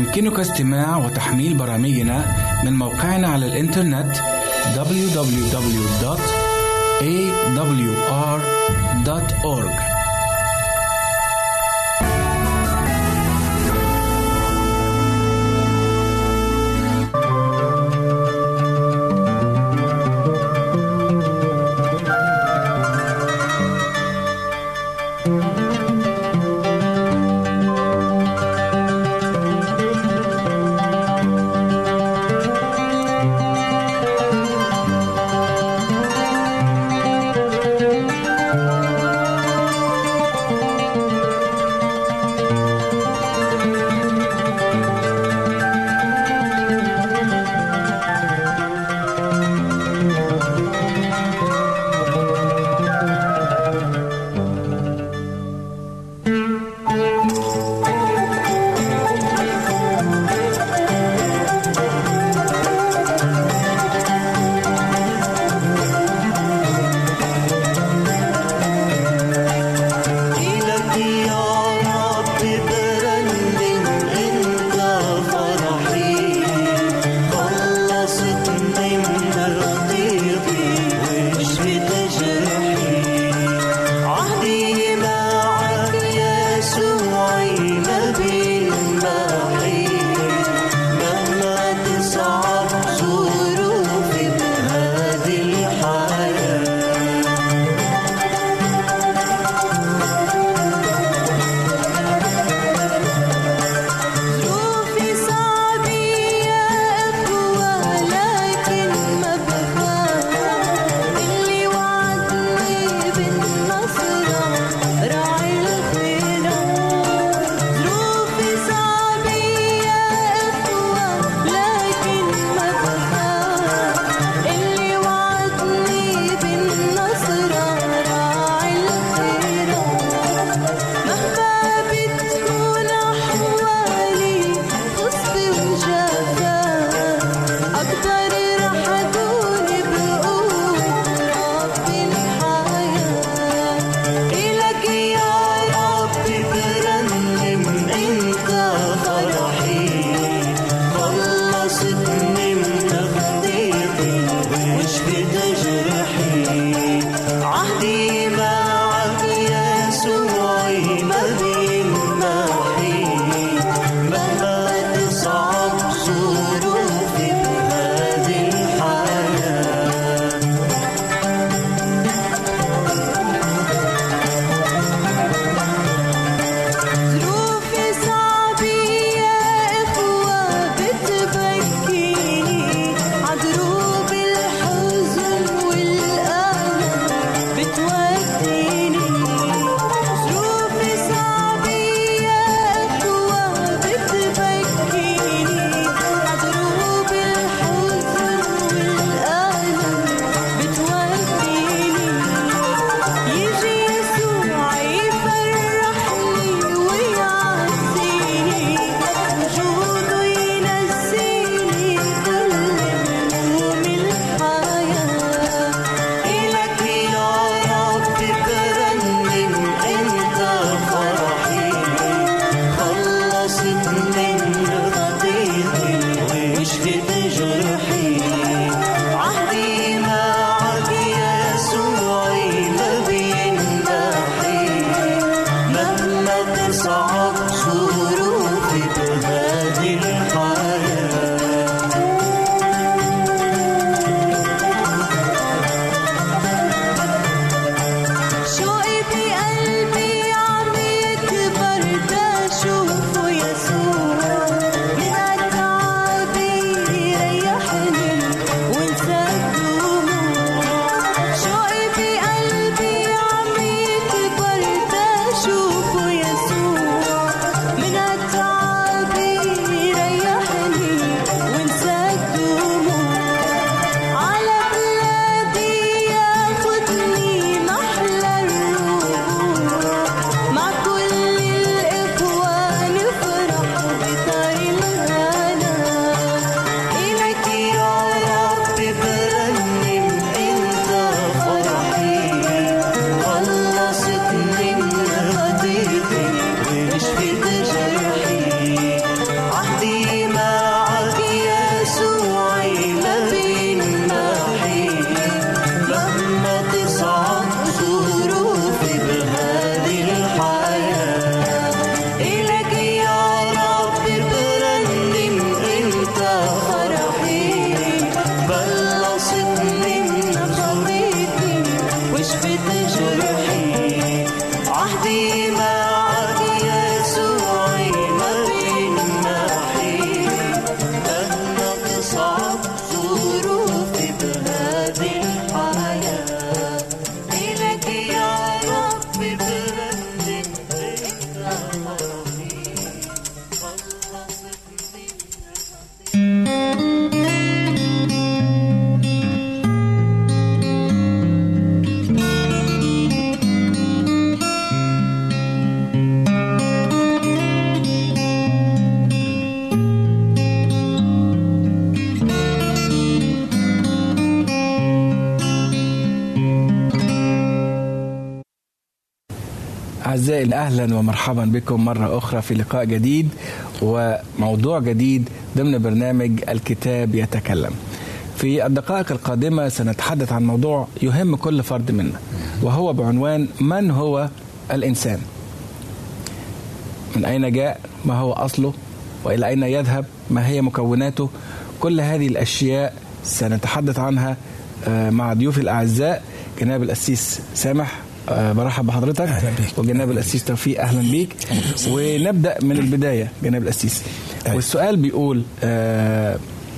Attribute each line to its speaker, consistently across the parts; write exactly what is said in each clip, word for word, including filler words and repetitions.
Speaker 1: يمكنك استماع وتحميل برامجنا من موقعنا على الإنترنت دبليو دبليو دبليو دوت إيه دبليو آر دوت أورج.
Speaker 2: شوفوا يسوع
Speaker 1: أعزائي أهلا ومرحبا بكم مرة أخرى في لقاء جديد وموضوع جديد ضمن برنامج الكتاب يتكلم. في الدقائق القادمة سنتحدث عن موضوع يهم كل فرد منا، وهو بعنوان من هو الإنسان؟ من أين جاء؟ ما هو أصله؟ وإلى أين يذهب؟ ما هي مكوناته؟ كل هذه الأشياء سنتحدث عنها مع ضيوفي الأعزاء جناب القسيس سامح، أه برحب بحضرتك، وجناب القسيس توفيق أهلا بيك. ونبدأ من البداية جناب القسيس، والسؤال بيقول أه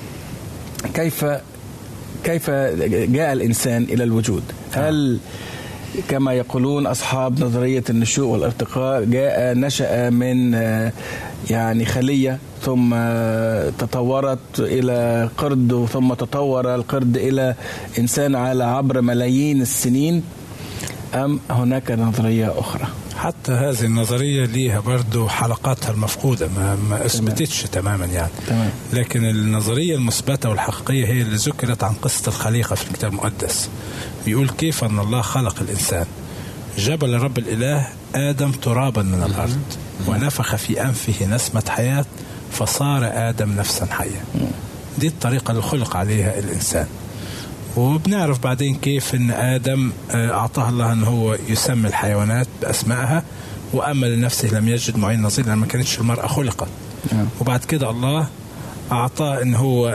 Speaker 1: كيف كيف جاء الإنسان إلى الوجود؟ هل كما يقولون أصحاب نظرية النشوء والارتقاء جاء نشأ من أه يعني خلية ثم تطورت إلى قرد ثم تطور القرد إلى إنسان على عبر ملايين السنين، أم هناك نظرية أخرى؟
Speaker 2: حتى هذه النظرية ليها برضو حلقاتها المفقودة، ما, ما أثبتتش تماما يعني تمام. لكن النظرية المثبتة والحقيقية هي اللي ذكرت عن قصة الخليقة في الكتاب المقدس. بيقول كيف أن الله خلق الإنسان، جبل رب الإله آدم ترابا من الأرض ونفخ في أنفه نسمة حياة فصار آدم نفسا حية. دي الطريقة اللي خلق عليها الإنسان. وبنعرف بعدين كيف ان آدم أعطاه الله ان هو يسمي الحيوانات بأسمائها، وأما لنفسه لم يجد معين نظير لأن ما كانتش المرأة خلقت. وبعد كده الله أعطاه ان هو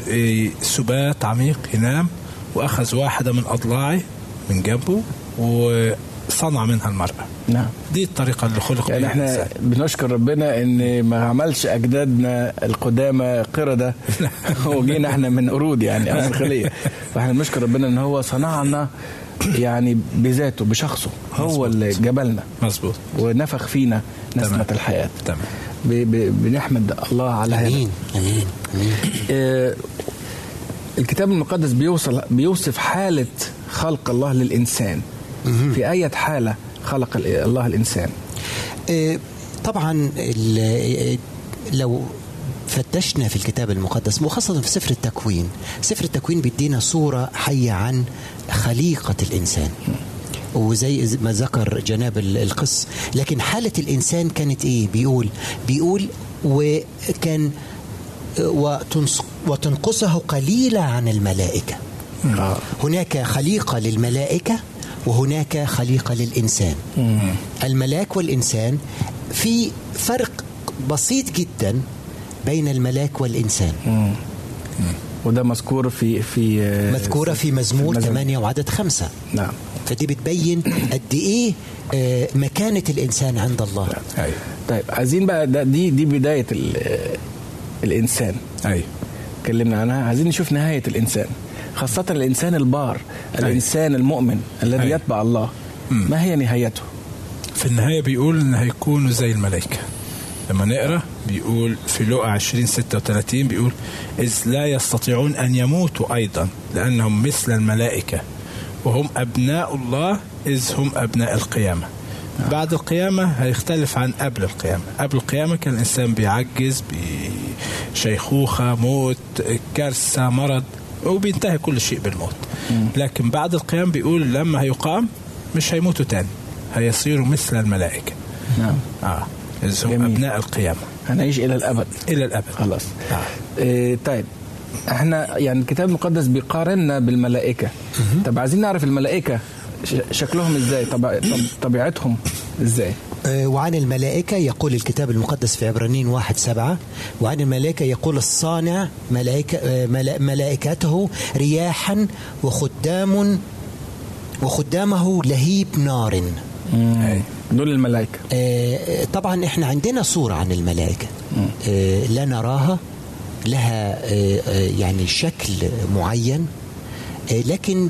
Speaker 2: سبات عميق ينام، وأخذ واحدة من أضلاعه من جنبه وصنع منها المرأة.
Speaker 1: نعم.
Speaker 2: دي الطريقة اللي خلق
Speaker 1: يعني احنا الإنسان. بنشكر ربنا ان ما عملش اجدادنا القدامى قردة وجينا احنا من قرود يعني او من خلية، فاحنا بنشكر ربنا ان هو صنعنا يعني بذاته بشخصه، هو اللي جبلنا
Speaker 2: مظبوط
Speaker 1: ونفخ فينا نسمة الحياة.
Speaker 2: تمام.
Speaker 1: بنحمد الله على هذا.
Speaker 3: امين امين امين.
Speaker 1: اه الكتاب المقدس بيوصل بيوصف حالة خلق الله للإنسان. في أي حالة خلق الله الإنسان؟
Speaker 3: طبعا لو فتشنا في الكتاب المقدس وخاصة في سفر التكوين، سفر التكوين بيدينا صورة حية عن خليقة الإنسان، وزي ما ذكر جناب القس. لكن حالة الإنسان كانت إيه؟ بيقول بيقول وكان وتنقصه قليلا عن الملائكة. هناك خليقة للملائكة وهناك خليقة للإنسان. مم. الملاك والإنسان في فرق بسيط جدا بين الملاك والإنسان.
Speaker 1: مم. وده مذكور في في
Speaker 3: مذكورة في مزمور ثمانية وعدد خمسة.
Speaker 1: نعم.
Speaker 3: فدي بتبين قد إيه مكانة الإنسان عند الله.
Speaker 1: أيوة. طيب عايزين بقى دي دي بداية الإنسان.
Speaker 2: أيوة.
Speaker 1: اتكلمنا عنها، عايزين نشوف نهاية الإنسان، خاصة الإنسان البار، الإنسان المؤمن الذي أي. يتبع الله. مم. ما هي نهايته؟
Speaker 2: في النهاية بيقول إن هيكونوا زي الملائكة. لما نقرأ بيقول في لوقا عشرين ستة وثلاثين بيقول إذ لا يستطيعون أن يموتوا أيضا لأنهم مثل الملائكة وهم أبناء الله إذ هم أبناء القيامة. آه. بعد القيامة هيختلف عن قبل القيامة. قبل القيامة كان الإنسان بيعجز، بشيخوخة، موت، كارثة، مرض، وبينتهي كل شيء بالموت. مم. لكن بعد القيام بيقول لما هيقام مش هيموتوا تاني، هيصيروا مثل الملائكة.
Speaker 1: نعم.
Speaker 2: آه. إذ هم أبناء القيامة،
Speaker 1: هنعيش إلى الأبد.
Speaker 2: إلى الأبد
Speaker 1: خلاص. آه. إيه طيب احنا يعني الكتاب المقدس بيقارننا بالملائكة. مم. طب عايزين نعرف الملائكة شكلهم إزاي، طب طبيعتهم إزاي؟
Speaker 3: وعن الملائكة يقول الكتاب المقدس في عبرانيين واحد سبعة، وعن الملائكة يقول الصانع ملائكة ملائكته رياحا وخدام وخدامه لهيب نار.
Speaker 1: دول الملائكة.
Speaker 3: آه طبعا احنا عندنا صورة عن الملائكة آه لا نراها، لها آه يعني شكل معين، آه لكن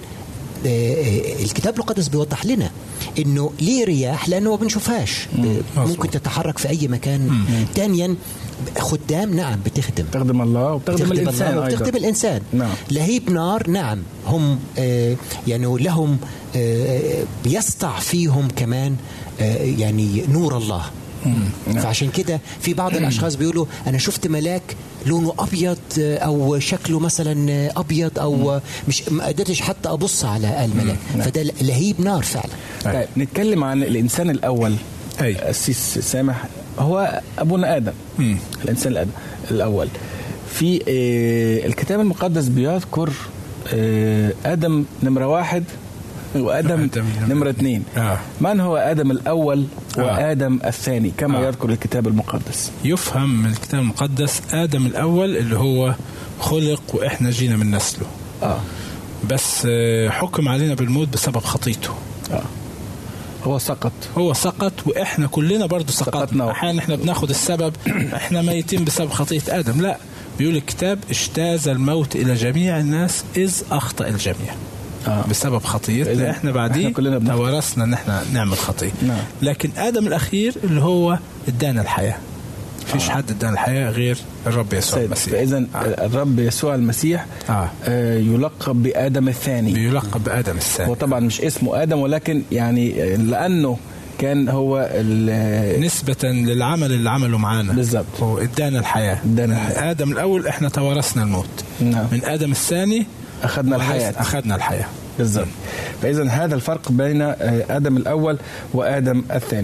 Speaker 3: آه الكتاب المقدس بيوضح لنا انه ليه رياح، لانه ما بنشوفهاش، ممكن تتحرك في اي مكان. ثانيا خدام، نعم بتخدم
Speaker 1: تخدم الله وبتخدم الانسان
Speaker 3: الله وبتخدم الانسان. نعم. لهيب نار، نعم هم آه يعني لهم آه بيسطع فيهم كمان آه يعني نور الله. مم. فعشان كده في بعض الاشخاص بيقولوا انا شفت ملاك لونه ابيض او شكله مثلا ابيض او مم. مش ما قدرتش حتى ابص على الملاك. مم. فده لهيب نار فعلا.
Speaker 1: طيب نتكلم عن الانسان الاول. اي السيس سامح هو ابونا ادم. مم. الانسان الادم الاول في آه الكتاب المقدس بيذكر آه ادم نمره واحد وآدم نمرة اثنين. آه. من هو آدم الأول وآدم آه. الثاني كما آه. يذكر الكتاب المقدس؟
Speaker 2: يفهم من الكتاب المقدس آدم الأول اللي هو خلق وإحنا جينا من نسله. آه. بس حكم علينا بالموت بسبب خطيته. آه.
Speaker 1: هو سقط
Speaker 2: هو سقط وإحنا كلنا برضو سقطنا. أحيانا إحنا بناخد السبب إحنا ميتين بسبب خطية آدم. لا، بيقول الكتاب اجتاز الموت إلى جميع الناس إذ أخطأ الجميع. آه. بسبب خطيئتنا احنا بعدين تورثنا ان احنا نعمل خطيئة. نعم. لكن آدم الأخير اللي هو ادانا الحياة. فيش آه. حد ادانا الحياة غير الرب يسوع المسيح.
Speaker 1: فإذن آه. الرب يسوع المسيح آه. آه يلقب بآدم الثاني.
Speaker 2: بيلقب بآدم الثاني.
Speaker 1: هو طبعا مش اسمه آدم، ولكن يعني لأنه كان هو
Speaker 2: نسبة للعمل اللي عمله معانا
Speaker 1: بالظبط،
Speaker 2: هو ادانا الحياة. ادانا الحياة. آدم الأول احنا تورثنا الموت. نعم. من آدم الثاني
Speaker 1: أخذنا الحياة.
Speaker 2: أخذنا الحياة
Speaker 1: بالضبط. فإذن هذا الفرق بين آدم الأول وآدم الثاني.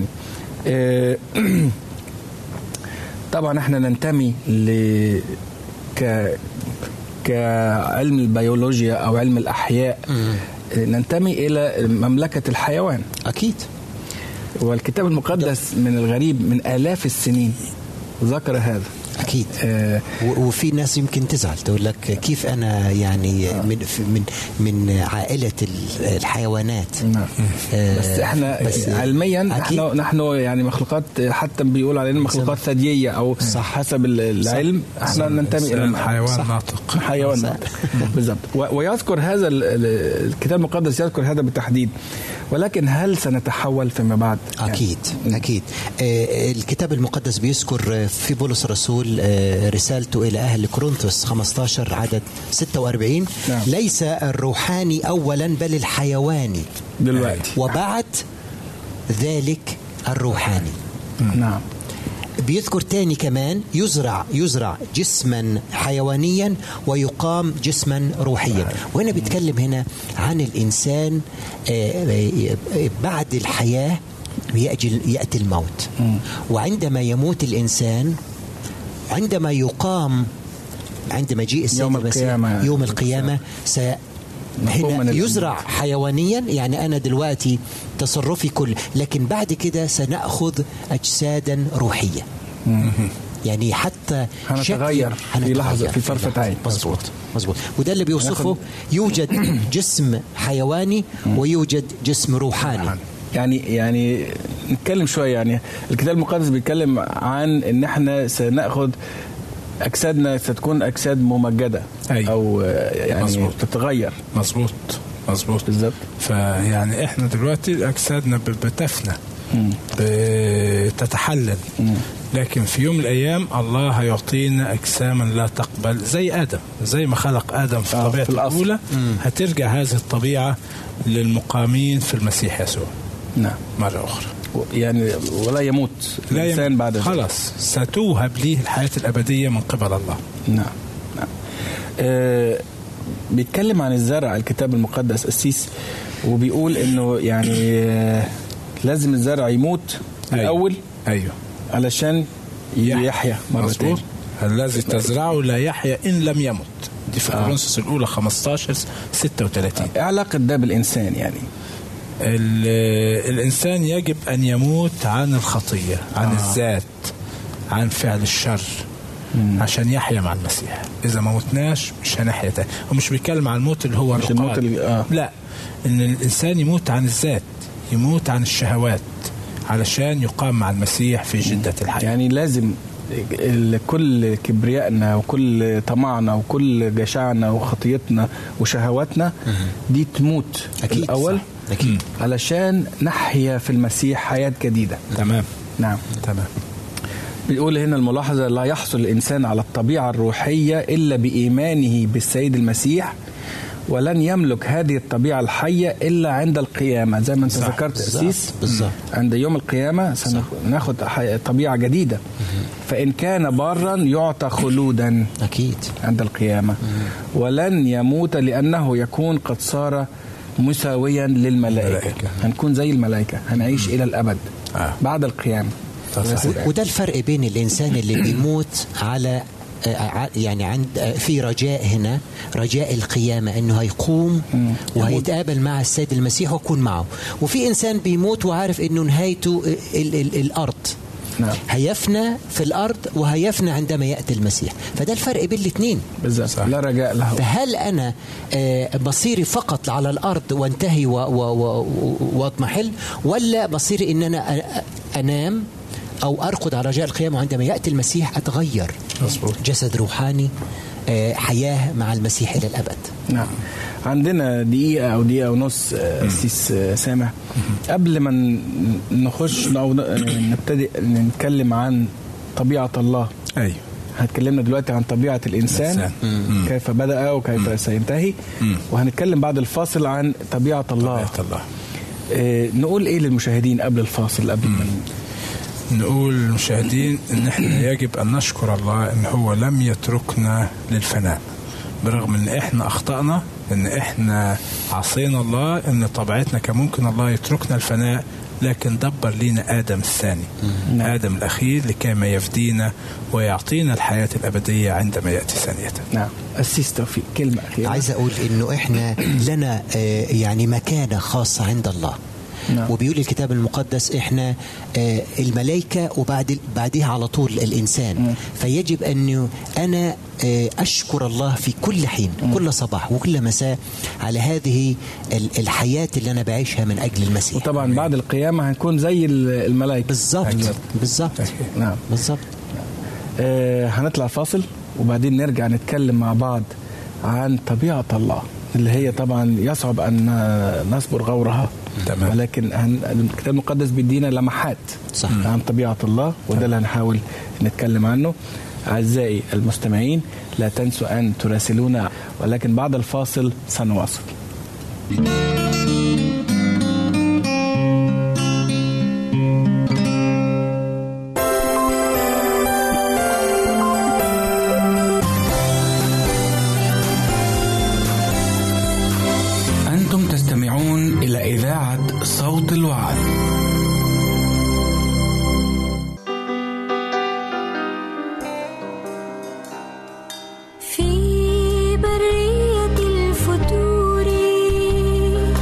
Speaker 1: طبعا احنا ننتمي ل ك كعلم البيولوجيا أو علم الأحياء ننتمي إلى مملكة الحيوان.
Speaker 3: أكيد.
Speaker 1: والكتاب المقدس من الغريب من آلاف السنين ذكر هذا.
Speaker 3: أكيد. آه وفي ناس يمكن تزعل تقول لك كيف أنا يعني آه. من من من عائلة الحيوانات.
Speaker 1: نعم. آه بس إحنا بس علميا إحنا نحن يعني مخلوقات، حتى بيقول علينا مخلوقات ثديية أو صح. حسب العلم إحنا ننتمي إلى
Speaker 2: حيوان ناطق.
Speaker 1: حيوان ناطق بالضبط. ويذكر هذا الكتاب المقدس يذكر هذا بالتحديد. ولكن هل سنتحول فيما بعد؟
Speaker 3: أكيد. يعني. أكيد. آه الكتاب المقدس بيذكر في بولس الرسول رسالته إلى أهل كورنثوس خمسة عشر عدد ستة وأربعين. نعم. ليس الروحاني أولا بل الحيواني
Speaker 1: دلوقتي
Speaker 3: وبعد ذلك الروحاني.
Speaker 1: نعم.
Speaker 3: بيذكر تاني كمان يزرع يزرع جسما حيوانيا ويقام جسما روحيا. وهنا بيتكلم هنا عن الإنسان بعد الحياة يأتي الموت. وعندما يموت الإنسان، عندما يقام عندما يجيء السيد
Speaker 1: يوم القيامة
Speaker 3: يوم القيامة س هنا يزرع حيوانيا، يعني أنا دلوقتي تصرفي كل، لكن بعد كده سنأخذ أجسادا روحية. يعني حتى
Speaker 1: هنتغير في لحظة، في طرفة عين.
Speaker 3: مظبوط مظبوط. وده اللي بيوصفه يوجد جسم حيواني ويوجد جسم روحاني.
Speaker 1: يعني يعني نتكلم شوية. يعني الكتاب المقدس بيتكلم عن ان احنا سنأخذ اجسادنا ستكون اجساد ممجدة. أي. او يعني مزبوط. تتغير.
Speaker 2: مظبوط مظبوط
Speaker 1: بالظبط.
Speaker 2: فيعني احنا دلوقتي اجسادنا بتفنى بتتحلل، لكن في يوم من الايام الله هيعطينا اجساما لا تقبل زي ادم، زي ما خلق ادم في
Speaker 1: آه
Speaker 2: طبيعته الاولى. هترجع هذه الطبيعه للمقامين في المسيح يسوع. نعم. مره اخرى
Speaker 1: يعني ولا يموت الانسان يم... بعد
Speaker 2: خلاص ستوهب ليه الحياه الابديه من قبل الله.
Speaker 1: نعم نعم. آه بيتكلم عن الزرع الكتاب المقدس السيس، وبيقول انه يعني آه لازم الزرع يموت أيوه. الاول
Speaker 2: ايوه
Speaker 1: علشان يحيا مرتين.
Speaker 2: الذي تزرعه لا يحيا ان لم يمت. دي في كورنثوس آه. الاولى خمسة عشر ستة وثلاثين.
Speaker 1: ايه علاقه ده بالانسان؟ يعني
Speaker 2: الإنسان يجب أن يموت عن الخطية، عن آه. الذات، عن فعل الشر، مم. عشان يحيا مع المسيح. إذا ما موتناش مش هنحيا تاني. ومش بيتكلم عن الموت اللي هو
Speaker 1: الموت اللي... آه.
Speaker 2: لا، إن الإنسان يموت عن الذات، يموت عن الشهوات، علشان يقام مع المسيح في جدة الحياة.
Speaker 1: يعني لازم كل كبريائنا وكل طمعنا وكل جشعنا وخطيتنا وشهواتنا دي تموت
Speaker 3: أكيد
Speaker 1: الأول
Speaker 3: أكيد.
Speaker 1: علشان نحيا في المسيح حياة جديدة.
Speaker 2: تمام.
Speaker 1: نعم
Speaker 2: تمام.
Speaker 1: بيقول هنا الملاحظة: لا يحصل الإنسان على الطبيعة الروحية إلا بإيمانه بالسيد المسيح، ولن يملك هذه الطبيعة الحية إلا عند القيامة. زي ما أنت ذكرت أسيس، عند يوم القيامة سنأخذ طبيعة جديدة. فإن كان بارا يعطى خلودا
Speaker 3: أكيد
Speaker 1: عند القيامة، ولن يموت لأنه يكون قد صار مساويا للملائكة. هنكون زي الملائكة، هنعيش إلى الأبد آه. بعد القيامة.
Speaker 3: وده الفرق بين الإنسان اللي بيموت على يعني عند في رجاء هنا، رجاء القيامة إنه هيقوم وهيتقابل مع السيد المسيح ويكون معه، وفي إنسان بيموت وعارف إنه نهايته ال ال الأرض. نعم. هيفنى في الأرض وهيفنى عندما يأتي المسيح. فده الفرق بين الاثنين
Speaker 1: بالظبط، لا رجاء له.
Speaker 3: فهل أنا بصيري فقط على الأرض وانتهي واضمحل، ولا بصيري إن أنا أنام أو أرقد على رجاء القيامة وعندما يأتي المسيح أتغير مصبوط. جسد روحاني، حياة مع المسيح إلى الأبد.
Speaker 1: نعم. عندنا دقيقة أو دقيقة ونص أسيس سامح قبل ما نخش أو نبتدي نتكلم عن طبيعة الله.
Speaker 2: أي
Speaker 1: هنتكلمنا دلوقتي عن طبيعة الإنسان، كيف بدأ وكيف مم. سينتهي، مم. وهنتكلم بعد الفاصل عن طبيعة الله.
Speaker 2: طبيعة الله.
Speaker 1: آه نقول إيه للمشاهدين قبل الفاصل؟ قبل ما
Speaker 2: نقول للمشاهدين ان احنا يجب ان نشكر الله ان هو لم يتركنا للفناء برغم ان احنا اخطأنا، ان احنا عصينا الله، ان طبيعتنا كان ممكن الله يتركنا الفناء، لكن دبر لينا آدم الثاني، م. آدم الأخير، لكي ما يفدينا ويعطينا الحياة الأبدية عندما يأتي ثانية.
Speaker 1: نعم. أسيس توفيق كلمة أخيرة.
Speaker 3: عايز أقول إنه إحنا لنا يعني مكانة خاصة عند الله. نعم. وبيقول الكتاب المقدس إحنا آه الملائكة وبعد بعدها على طول الإنسان. م. فيجب أنه أنا آه أشكر الله في كل حين، م. كل صباح وكل مساء على هذه الحياة اللي أنا بعيشها من أجل المسيح.
Speaker 1: وطبعا بعد القيامة هنكون زي الملائكة.
Speaker 3: بالضبط بالضبط.
Speaker 1: نعم
Speaker 3: بالضبط.
Speaker 1: آه هنطلع فاصل وبعدين نرجع نتكلم مع بعض عن طبيعة الله اللي هي طبعا يصعب أن نصبر غورها. تمام. ولكن الكتاب المقدس بيدينا لمحات صح. عن طبيعة الله، وده اللي هنحاول نتكلم عنه. أعزائي المستمعين، لا تنسوا أن تراسلونا، ولكن بعد الفاصل سنواصل. أنتم تستمعون إلى إذاعة صوت الوعد.
Speaker 4: في برية الفتور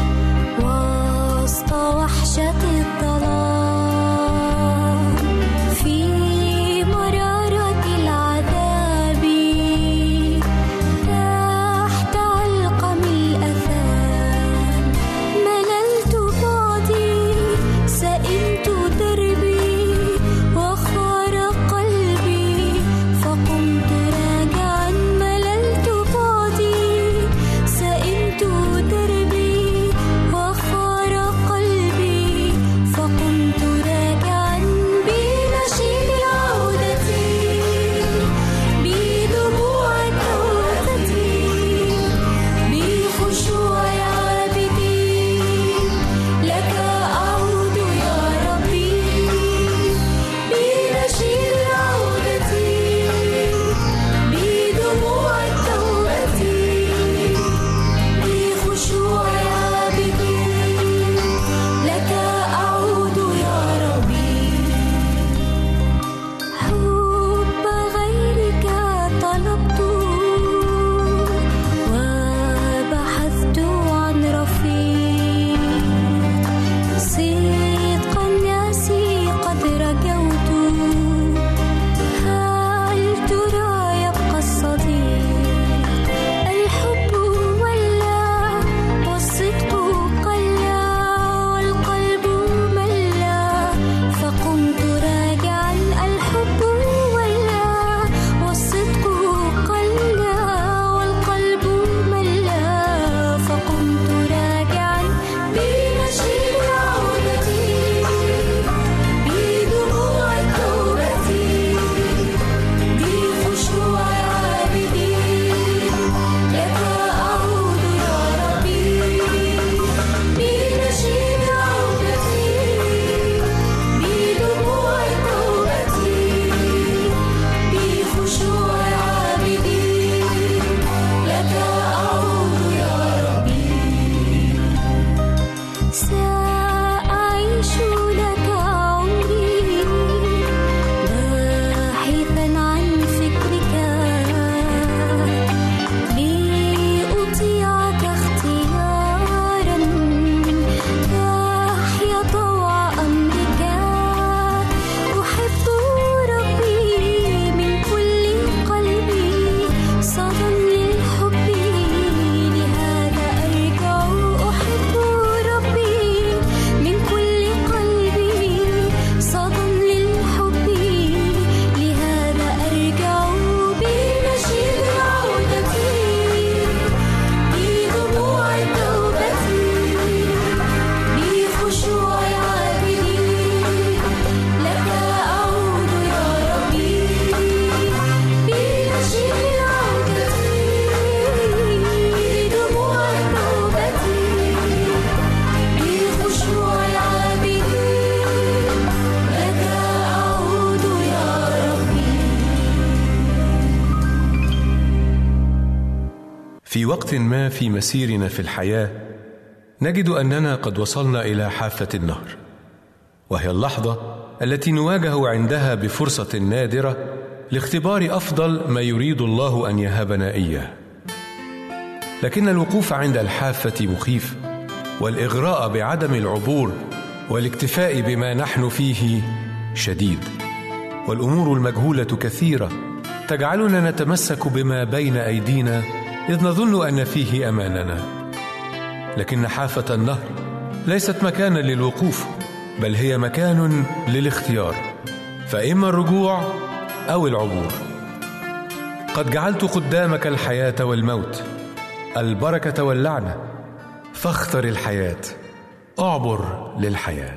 Speaker 4: في وقت ما في مسيرنا في الحياة نجد أننا قد وصلنا إلى حافة النهر، وهي اللحظة التي نواجه عندها بفرصة نادرة لاختبار أفضل ما يريد الله أن يهبنا إياه. لكن الوقوف عند الحافة مخيف، والإغراء بعدم العبور والاكتفاء بما نحن فيه شديد، والأمور المجهولة كثيرة تجعلنا نتمسك بما بين أيدينا إذ نظن أن فيه أماننا. لكن حافة النهر ليست مكانا للوقوف، بل هي مكان للاختيار، فإما الرجوع أو العبور. قد جعلت قدامك الحياة والموت، البركة واللعنة، فاختر الحياة، اعبر للحياة.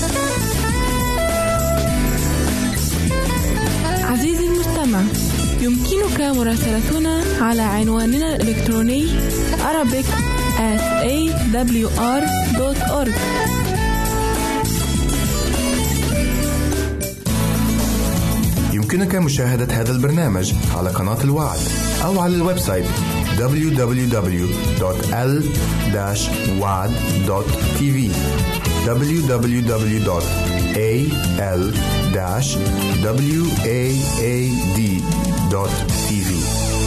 Speaker 5: عزيزي المستمع، يمكنك مراسلتنا على عنواننا الإلكتروني arabic at a w r dot org.
Speaker 6: يمكنك مشاهدة هذا البرنامج على قناة الوعد أو على الويب سايت دبليو دبليو دبليو دوت ال داش وعد دوت تي في دبليو دبليو دبليو دوت a l dash waad دوت تي في.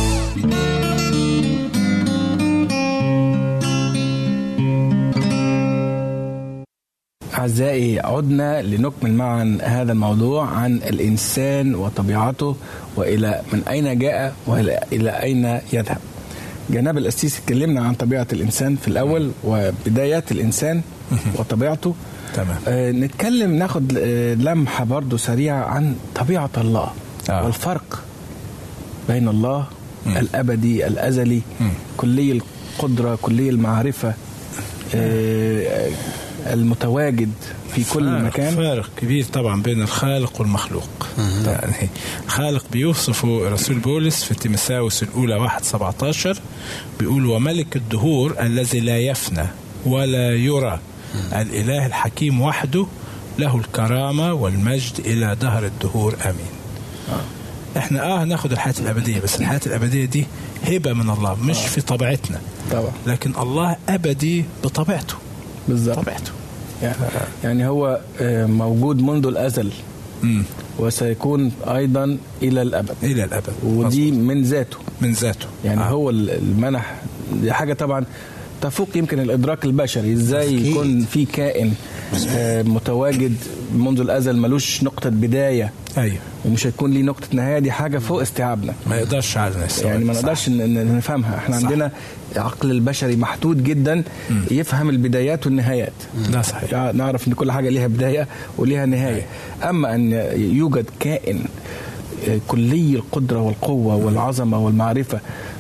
Speaker 1: أعزائي، عدنا لنكمل معا هذا الموضوع عن الإنسان وطبيعته وإلى من أين جاء وإلى أين يذهب. جناب القسيس اتكلمنا عن طبيعة الإنسان في الأول وبدايات الإنسان وطبيعته.
Speaker 2: تمام.
Speaker 1: آه نتكلم ناخد آه لمحة برضو سريعة عن طبيعة الله آه. والفرق بين الله م. الأبدي الأزلي م. كلي القدرة كلي المعرفة آه المتواجد في كل
Speaker 2: فارق
Speaker 1: مكان.
Speaker 2: فارق كبير طبعا بين الخالق والمخلوق. يعني الخالق بيوصفه رسول بولس في تيموثاوس الأولى واحد سبعة عشر، بيقول وملك الدهور الذي لا يفنى ولا يرى، الإله الحكيم وحده، له الكرامة والمجد إلى دهر الدهور آمين. آه. احنا اه ناخد الحياة الأبدية، بس الحياة الأبدية دي هبة من الله، مش آه. في طبيعتنا
Speaker 1: طبعا.
Speaker 2: لكن الله أبدي بطبيعته.
Speaker 1: بالظبط.
Speaker 2: طبيعته
Speaker 1: يعني هو موجود منذ الأزل م. وسيكون أيضا إلى الأبد
Speaker 2: إلى الأبد،
Speaker 1: ودي من ذاته
Speaker 2: من ذاته
Speaker 1: يعني آه. هو المنح دي حاجة طبعا تفوق يمكن الإدراك البشري. إزاي أكيد. يكون في كائن متواجد منذ الأزل ملوش نقطة بداية
Speaker 2: أيوه
Speaker 1: ومش هيكون ليه نقطة نهاية، دي حاجة فوق استيعابنا،
Speaker 2: ما يقدرش على نفسه
Speaker 1: يعني ما نقدرش نفهمها. احنا صح. عندنا عقل البشري محدود جدا م. يفهم البدايات والنهايات.
Speaker 2: ده صحيح.
Speaker 1: نعرف ان كل حاجة ليها بداية وليها نهاية. اما ان يوجد كائن كلي القدرة والقوة والعظمة والمعرفة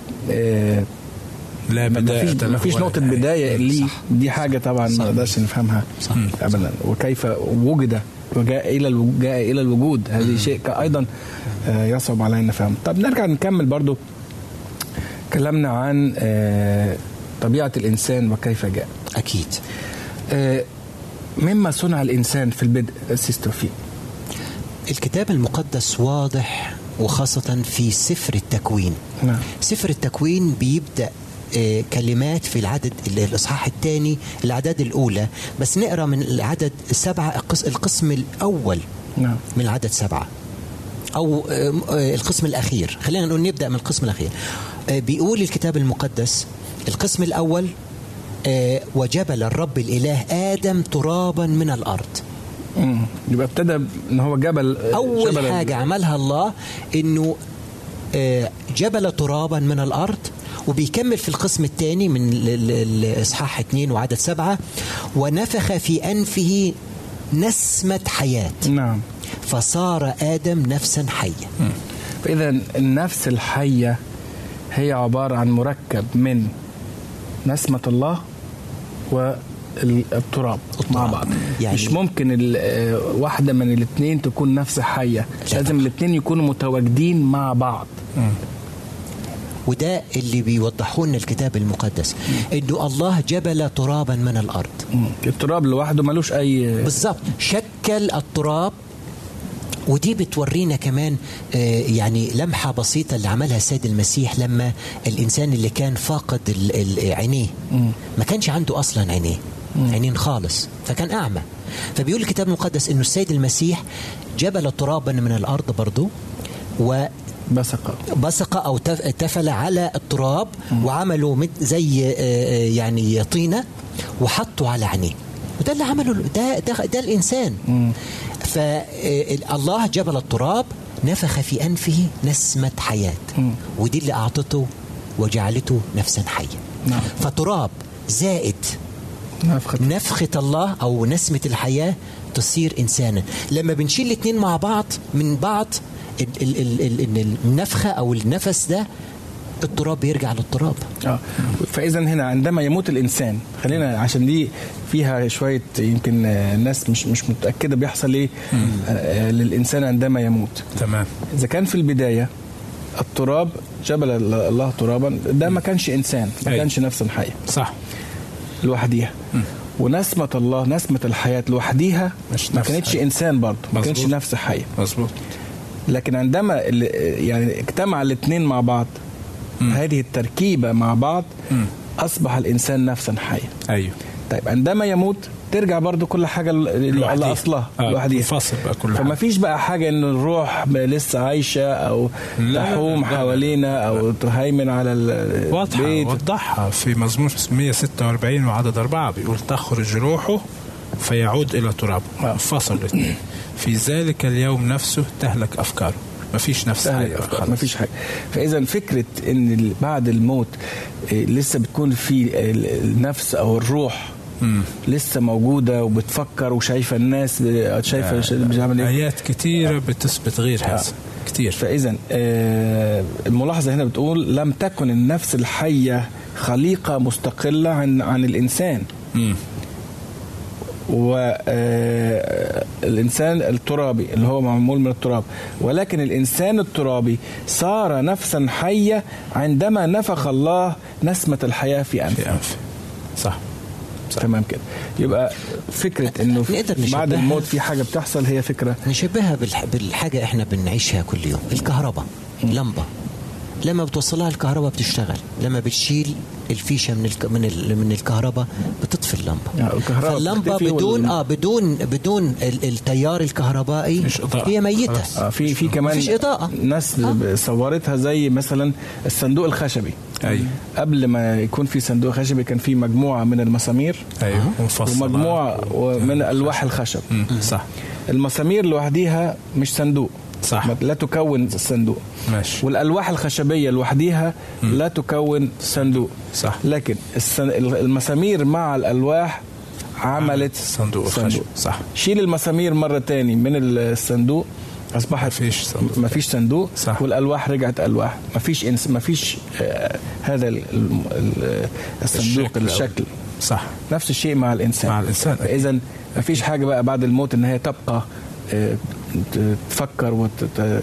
Speaker 2: لا بداية،
Speaker 1: ما فيش نقطة بداية ليه، دي حاجة طبعا ما نقدرش نفهمها ابدا. وكيف وجد وجاء الى جاء الى الوجود، هذه شيء ايضا يصعب علينا فهم. طب نرجع نكمل برضو كلامنا عن طبيعة الإنسان وكيف جاء.
Speaker 3: أكيد.
Speaker 1: مما صنع الإنسان في البدء السيستوفي.
Speaker 3: الكتاب المقدس واضح، وخاصة في سفر التكوين.
Speaker 1: نعم.
Speaker 3: سفر التكوين بيبدأ كلمات في العدد الإصحاح الثاني الأعداد الأولى، بس نقرأ من العدد سبعة القسم الأول.
Speaker 1: نعم.
Speaker 3: من العدد سبعة أو القسم الأخير، خلينا نقول نبدأ من القسم الأخير. بيقول الكتاب المقدس القسم الأول وجبل الرب الإله آدم ترابا من الأرض.
Speaker 1: امم يبقى ابتدى ان هو جبل.
Speaker 3: أول
Speaker 1: جبل
Speaker 3: حاجة عملها الله إنه جبل ترابا من الأرض، وبيكمل في القسم الثاني من الإصحاح اثنين وعدد سبعة ونفخ في أنفه نسمة حياة.
Speaker 1: نعم.
Speaker 3: فصار آدم نفسا حية.
Speaker 1: فإذا النفس الحية هي عبارة عن مركب من نسمة الله والتراب مع بعض. يعني مش ممكن واحدة من الاثنين تكون نفس حية، لازم الاثنين يكونوا متواجدين مع بعض. م.
Speaker 3: وده اللي بيوضحوا لنا الكتاب المقدس، انه الله جبل ترابا من الارض.
Speaker 1: التراب لوحده ملوش اي.
Speaker 3: بالظبط، شكل التراب ودي بتورينا كمان يعني لمحة بسيطة اللي عملها السيد المسيح لما الإنسان اللي كان فاقد عينيه ما كانش عنده أصلا عينيه عينين خالص فكان أعمى. فبيقول الكتاب المقدس إنه السيد المسيح جبل ترابا من الأرض برضو و
Speaker 1: بصق
Speaker 3: بصق أو تفل على التراب وعملوا زي يعني طينة وحطوا على عينيه. وده اللي عمله ده, ده, ده الإنسان. فالله جبل التراب نفخ في أنفه نسمة حياة ودي اللي أعطته وجعلته نفسا حية.
Speaker 1: نعم.
Speaker 3: فتراب زائد نفخة. نفخة الله أو نسمة الحياة تصير إنسانا. لما بنشيل الاثنين مع بعض من بعض النفخة أو النفس ده التراب بيرجع للتراب.
Speaker 1: آه. فإذا هنا عندما يموت الإنسان خلينا عشان دي فيها شوية يمكن الناس مش مش متأكدة بيحصل إيه آه للإنسان عندما يموت.
Speaker 2: تمام.
Speaker 1: إذا كان في البداية التراب جبل الله ترابا ده ما كانش إنسان ما كانش نفسا حية
Speaker 2: صح
Speaker 1: لوحديها. ونسمة الله نسمة الحياة لوحديها ما كانتش حي. إنسان برضه ما كانش نفس حية.
Speaker 2: مظبوط.
Speaker 1: لكن عندما يعني اجتمع الاثنين مع بعض م. هذه التركيبة مع بعض م. أصبح الإنسان نفسا حيا.
Speaker 2: أيوه.
Speaker 1: طيب عندما يموت ترجع برضو كل حاجة لأصلها
Speaker 2: لوحديها. فاصل بقى كل حاجة.
Speaker 1: فما فيش بقى حاجة إنه الروح لسه عايشة أو تحوم حوالينا أو تهيمن على البيت.
Speaker 2: واضحة وضحها في مزمور مية وستة وأربعين وعدد أربعة بيقول تخرج روحه فيعود إلى ترابه. فصل الاثنين. في ذلك اليوم نفسه تهلك أفكاره. ما فيش نفس حاجة
Speaker 1: ما فيش حاجة. فإذا فكرة إن بعد الموت لسه بتكون في النفس أو الروح م. لسه موجودة وبتفكر وشايفة الناس شايفة
Speaker 2: بتعمل إيه. آيات كتيرة بتثبت غير هذا آه. كتير.
Speaker 1: فإذا آه الملاحظة هنا بتقول لم تكن النفس الحية خليقة مستقلة عن عن الإنسان. م. والإنسان الترابي اللي هو معمول من التراب ولكن الإنسان الترابي صار نفسا حية عندما نفخ الله نسمة الحياة في أنفه.
Speaker 2: في أنفه. صح.
Speaker 1: صح تمام كده. يبقى فكرة إنه بعد الموت في حاجة بتحصل هي فكرة
Speaker 3: نشبهها بالحاجة إحنا بنعيشها كل يوم. الكهرباء لمبة لما بتوصلها الكهرباء بتشتغل لما بتشيل الفيشه من الك... من ال... من الكهرباء بتطفي اللمبه. فاللمبه بدون اه بدون بدون التيار الكهربائي هي ميته.
Speaker 1: آه في في كمان ناس آه. صورتها زي مثلا الصندوق الخشبي.
Speaker 2: أيوة.
Speaker 1: قبل ما يكون في صندوق خشبي كان في مجموعه من المسامير.
Speaker 2: أيوة.
Speaker 1: ومجموعه من الواح الخشب.
Speaker 2: صح.
Speaker 1: المسامير لوحديها مش صندوق.
Speaker 2: صح.
Speaker 1: لا تكون الصندوق.
Speaker 2: ماشي.
Speaker 1: والألواح الخشبية لوحديها لا تكون صندوق.
Speaker 2: صح.
Speaker 1: لكن المسامير مع الألواح عملت
Speaker 2: صندوق, صندوق. صح.
Speaker 1: شيل المسامير مرة تاني من الصندوق أصبحت
Speaker 2: مفيش صندوق.
Speaker 1: مفيش صندوق.
Speaker 2: صح.
Speaker 1: والألواح رجعت ألواح. مفيش إنس مفيش آه هذا ال ال الصندوق الشكل, الشكل.
Speaker 2: صح.
Speaker 1: نفس الشيء مع الإنسان.
Speaker 2: مع الإنسان.
Speaker 1: إذن مفيش حاجة بقى بعد الموت إن هي تبقى آه تفكر وت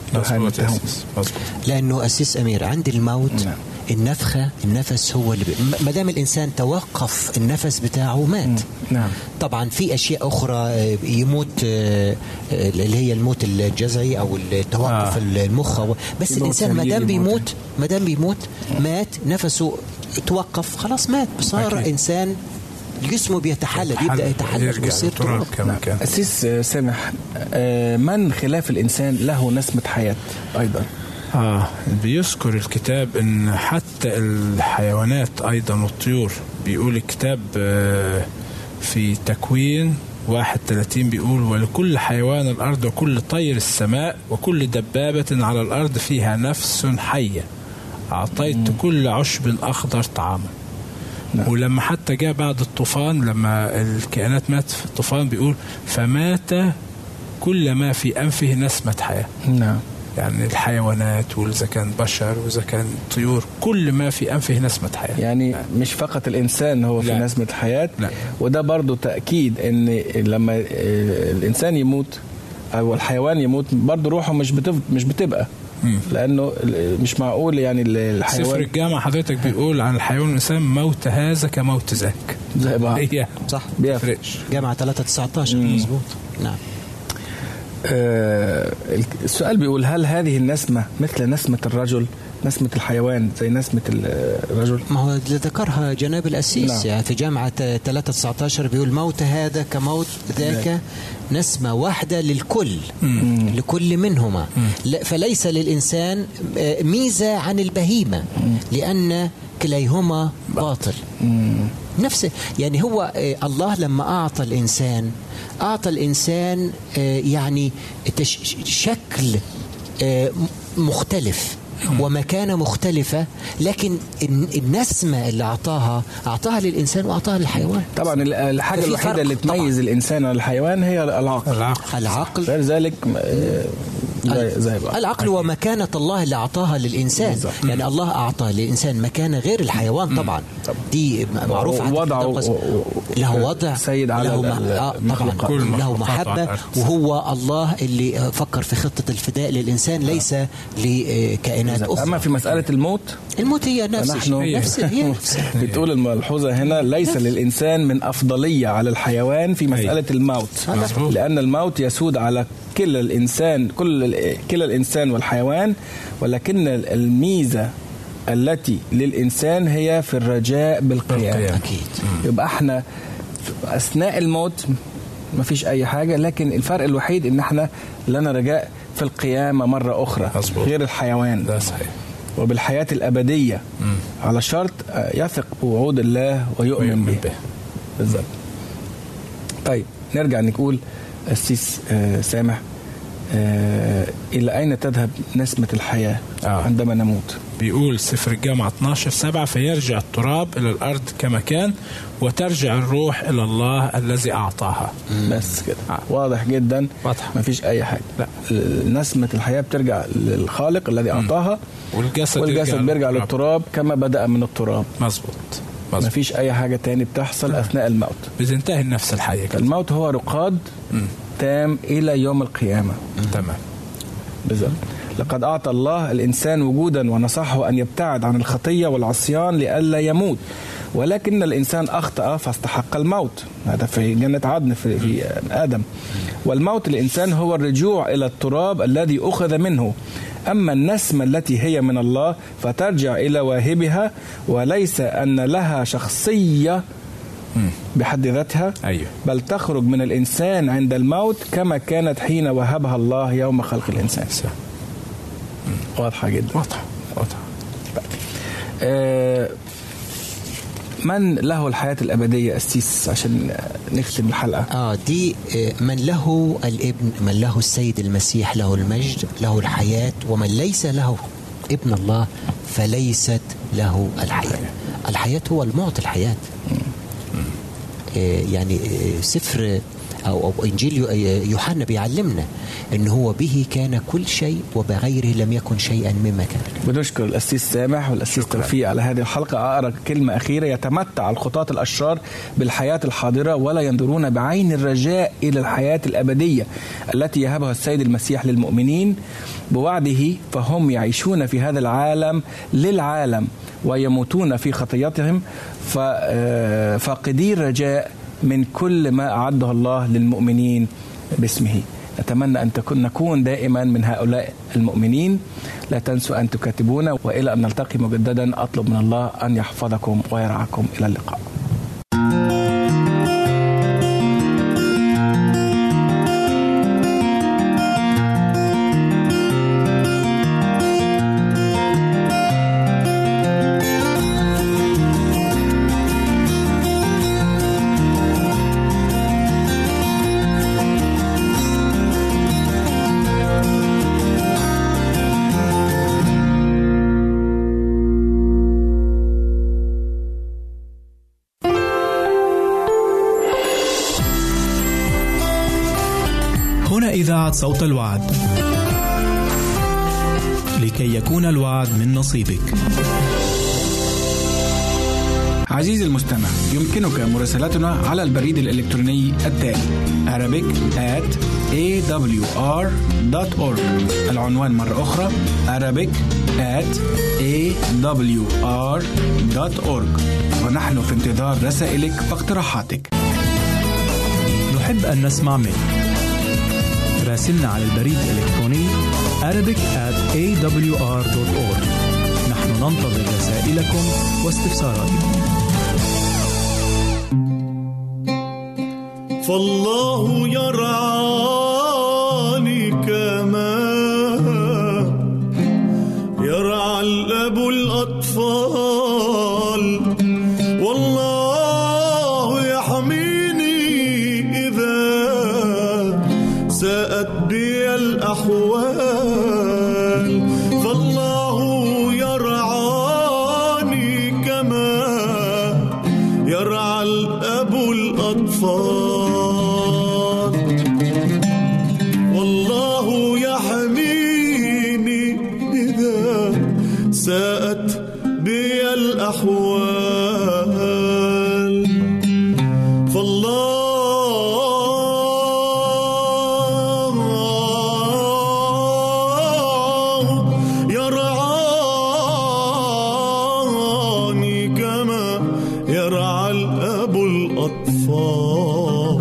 Speaker 3: لأنه أسيس أمير عند الموت نعم. النفخة النفس هو اللي ما دام الإنسان توقف النفس بتاعه مات.
Speaker 1: نعم.
Speaker 3: طبعا في أشياء أخرى يموت اللي هي الموت الجذعي أو التوقف آه. المخ بس الإنسان ما دام بيموت ما دام بيموت مات نفسه توقف خلاص مات صار أكيد. إنسان جسمه بيتحلل يبدأ يتحلل ويصير
Speaker 2: تراب كما كان.
Speaker 1: أسيس سامح من خلاف الإنسان له نسمة حياة أيضا.
Speaker 2: آه بيذكر الكتاب إن حتى الحيوانات أيضا والطيور بيقول الكتاب في تكوين واحد ثلاثين بيقول ولكل حيوان الأرض وكل طير السماء وكل دبابة على الأرض فيها نفس حية أعطيت مم. كل عشب أخضر طعاما. نعم. ولما حتى جاء بعد الطوفان لما الكائنات مات في الطوفان بيقول فمات كل ما في أنفه نسمة حياة.
Speaker 1: نعم.
Speaker 2: يعني الحيوانات وإذا كان بشر وإذا كان طيور كل ما في أنفه نسمة حياة.
Speaker 1: يعني نعم. مش فقط الإنسان هو في لا. نسمة حياة. لا. وده برضو تأكيد إن لما الإنسان يموت أو الحيوان يموت برضو روحه مش بتف... مش بتبقى مم. لأنه مش معقول يعني الحيوان.
Speaker 2: سفر الجامعة حضرتك بيقول عن الحيوان والإنسان موت هذا كموت ذاك
Speaker 1: زي بعض.
Speaker 3: صح.
Speaker 1: بيفرقش.
Speaker 3: جامعة ثلاثة تسعة عشر مظبوط. نعم.
Speaker 1: آه السؤال بيقول هل هذه النسمة مثل نسمة الرجل، نسمة الحيوان زي نسمة الرجل؟
Speaker 3: ما هو اللي ذكرها جناب الأسيس. نعم. يعني في جامعة ثلاثة تسعتاشر بيقول موت هذا كموت ذاك، نسمة واحدة للكل. مم. لكل منهما. مم. فليس للإنسان ميزة عن البهيمة، مم. لأن كليهما باطل. مم. نفسه يعني هو الله لما أعطى الإنسان أعطى الإنسان يعني شكل مختلف ومكانة مختلفة، لكن النسمة اللي أعطاها أعطاها للإنسان وأعطاها للحيوان.
Speaker 1: طبعا الحاجة الوحيدة اللي تميز طبعا الإنسان والحيوان هي العقل.
Speaker 3: العقل, العقل.
Speaker 1: غير ذلك زي
Speaker 3: العقل ومكانة الله اللي أعطاها للإنسان. بالزبط. يعني الله أعطى للإنسان مكانة غير الحيوان طبعا. طبعا. دي معروفة.
Speaker 1: وضعه
Speaker 3: له وضع
Speaker 1: سيد على
Speaker 3: له آه طبعا له محبة، وهو الله اللي فكر في خطة الفداء للإنسان ليس لكائنات أخرى.
Speaker 1: أما في مسألة الموت
Speaker 3: الموت هي نفس نفس هي نفس
Speaker 1: بتقول الملحوظة هنا ليس للإنسان من أفضلية على الحيوان في مسألة الموت، لأن الموت يسود على كل الإنسان كل كلا الإنسان والحيوان، ولكن الميزة التي للإنسان هي في الرجاء بالقيام.
Speaker 3: أكيد.
Speaker 1: يبقى احنا أثناء الموت ما فيش أي حاجة، لكن الفرق الوحيد إن احنا لنا رجاء في القيامة مرة أخرى. أصبح. غير الحيوان.
Speaker 2: ده صحيح.
Speaker 1: وبالحياة الأبدية. مم. على شرط يثق بوعود الله ويؤمن, ويؤمن به, به. بالضبط. طيب نرجع نقول السيس آه سامح، آه إلى أين تذهب نسمة الحياة آه. عندما نموت؟
Speaker 2: بيقول سفر الجامعة اثناشر سبعة فيرجع التراب إلى الأرض كما كان وترجع الروح إلى الله الذي أعطاها.
Speaker 1: بس كده آه. واضح جدا، واضح. ما فيش أي حاجة. لا. نسمة الحياة بترجع للخالق الذي أعطاها،
Speaker 2: والجسد,
Speaker 1: والجسد بيرجع للتراب كما بدأ من التراب.
Speaker 2: مظبوط.
Speaker 1: ما فيش أي حاجة تاني بتحصل أثناء الموت،
Speaker 2: بتنتهي النفس الحية كده.
Speaker 1: الموت هو رقاد م. تام إلى يوم القيامة.
Speaker 2: تمام.
Speaker 1: بالضبط. لقد أعطى الله الإنسان وجودا ونصحه أن يبتعد عن الخطية والعصيان لئلا يموت، ولكن الإنسان أخطأ فاستحق الموت. هذا في جنة عدن في, في آدم. والموت الإنسان هو الرجوع إلى التراب الذي أخذ منه. أما النسمة التي هي من الله فترجع إلى واهبها، وليس أن لها شخصية بحد ذاتها.
Speaker 2: أيوه.
Speaker 1: بل تخرج من الإنسان عند الموت كما كانت حين وهبها الله يوم خلق الإنسان. واضحة جدا.
Speaker 2: واضحة واضحة.
Speaker 1: آه من له الحياة الأبدية أسيس عشان نختم الحلقة؟
Speaker 3: آه دي من له الابن، من له السيد المسيح له المجد له الحياة، ومن ليس له ابن الله فليست له الحياة. الحياة هو المعطي الحياة. آه يعني آه سفر أو, أو إنجيل يوحنا بيعلمنا إن هو به كان كل شيء وبغيره لم يكن شيئا مما كان.
Speaker 1: بنشكر الأسيس سامح والأسيس توفيق على هذه الحلقة. أقرأ كلمة أخيرة: يتمتع الخطاة الأشرار بالحياة الحاضرة ولا ينظرون بعين الرجاء إلى الحياة الأبدية التي يهبها السيد المسيح للمؤمنين بوعده، فهم يعيشون في هذا العالم للعالم ويموتون في خطيتهم فاقدي الرجاء من كل ما أعده الله للمؤمنين باسمه. نتمنى أن تكون نكون دائما من هؤلاء المؤمنين. لا تنسوا أن تكاتبونا، وإلى أن نلتقي مجددا أطلب من الله أن يحفظكم ويرعاكم. إلى اللقاء.
Speaker 7: إذاعة صوت الوعد، لكي يكون الوعد من نصيبك.
Speaker 1: عزيزي المستمع، يمكنك مراسلتنا على البريد الإلكتروني التالي arabic at a w r dot org. العنوان مرة أخرى arabic at a w r dot org، ونحن في انتظار رسائلك واقتراحاتك.
Speaker 7: نحب أن نسمع منك. راسلنا على البريد الإلكتروني arabic at a w r dot org. نحن ننتظر رسائلكم واستفساراتكم.
Speaker 8: فالله يرعاني كما يرعى الأب الأطفال، والله يحميني إذا ساءت بي الأحوال. فالله يرعاني كما يرعى الأب الأطفال، والله يحميني إذا ساءت بي الأحوال. فالله يرعاني كما يرعى الأب الأطفال،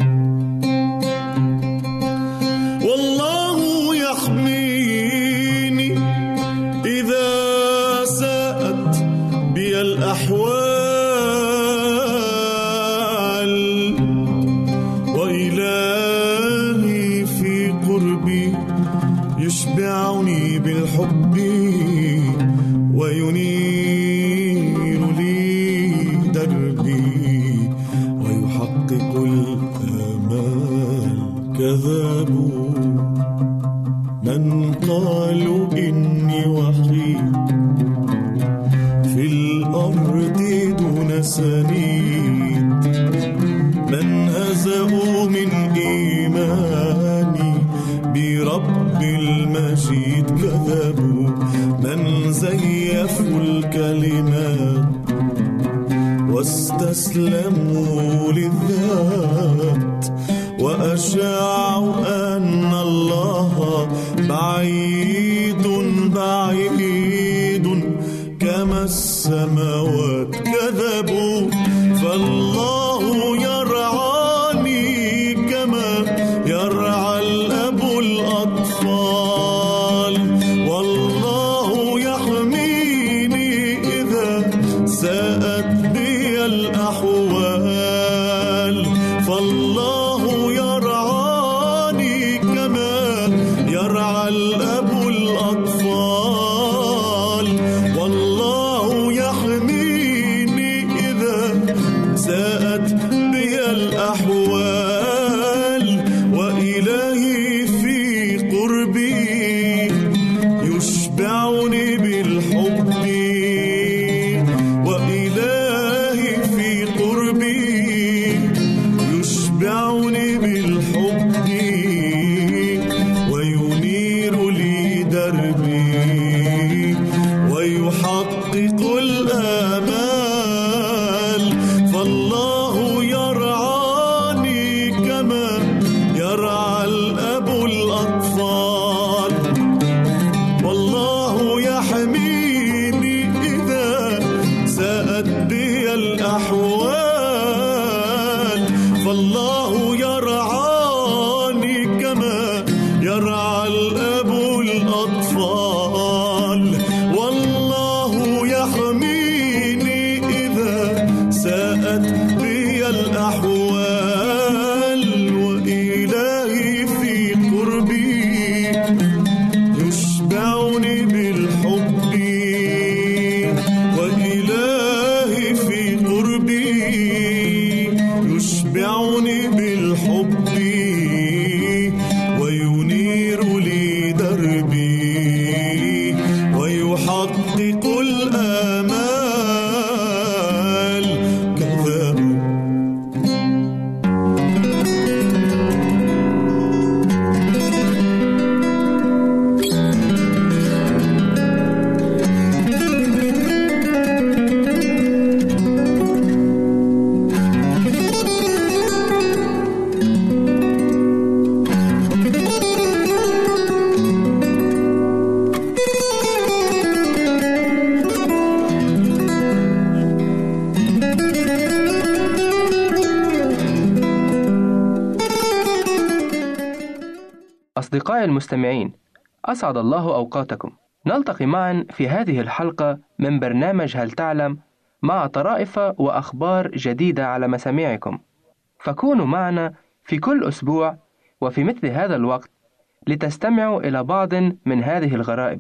Speaker 8: والله يحميني إذا ساءت بي الأحوال. وإلهي في قربي يشبعني بالحب وينير لي دربي ويحقق الآمال. كذبوا من قالوا إني وحيد في الأرض دون سنيد، من هزأوا من إيماني برب المجيد. كذبوا من زيفوا الكلمات واستسلموا للذات، وأشاعوا أن الله بعيد بعيد كما السماوات. كذبوا فالله يرعاني كما يرعى الأب الأطفال، والله يحميني إذا ساءت بي الأحوال. فالله يرعاني كما يرعى الأب الأطفال، والله يحميني إذا ساءت بي الأحوال. وإلهي في قربي يشبعني بالحب، وإلهي في قربي يشبعني بالحب وينير لي دربي ويحقق الآمال. فالله يرعاني كما يرعى الأب الأطفال، والله يحميني إذا ساءت بي الأحوال. فالله يرعاني كما يرعى الأب الأطفال، والله يحميني إذا ساءت بي الأحوال. وإلهي في قربي يشبعني بالحب، وإلهي في قربي يشبعني بالحب وينير لي دربي ويحقق الآمال. كذبوا
Speaker 9: أصدقائي المستمعين، أسعد الله أوقاتكم. نلتقي معا في هذه الحلقة من برنامج هل تعلم مع طرائف وأخبار جديدة على مسامعكم، فكونوا معنا في كل أسبوع وفي مثل هذا الوقت لتستمعوا إلى بعض من هذه الغرائب،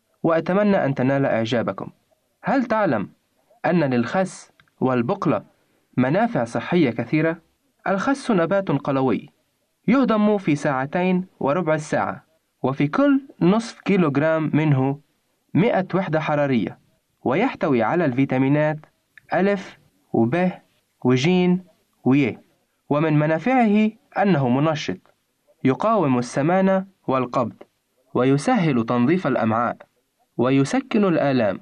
Speaker 9: وأتمنى أن تنال إعجابكم. هل تعلم أن للخس والبقلة منافع صحية كثيرة؟ الخس نبات قلوي يهضم في ساعتين وربع الساعة، وفي كل نصف كيلوغرام منه مئة وحدة حرارية، ويحتوي على الفيتامينات ألف وب وجيم وي. ومن منافعه أنه منشط، يقاوم السمانة والقبض، ويسهل تنظيف الأمعاء، ويسكن الآلام،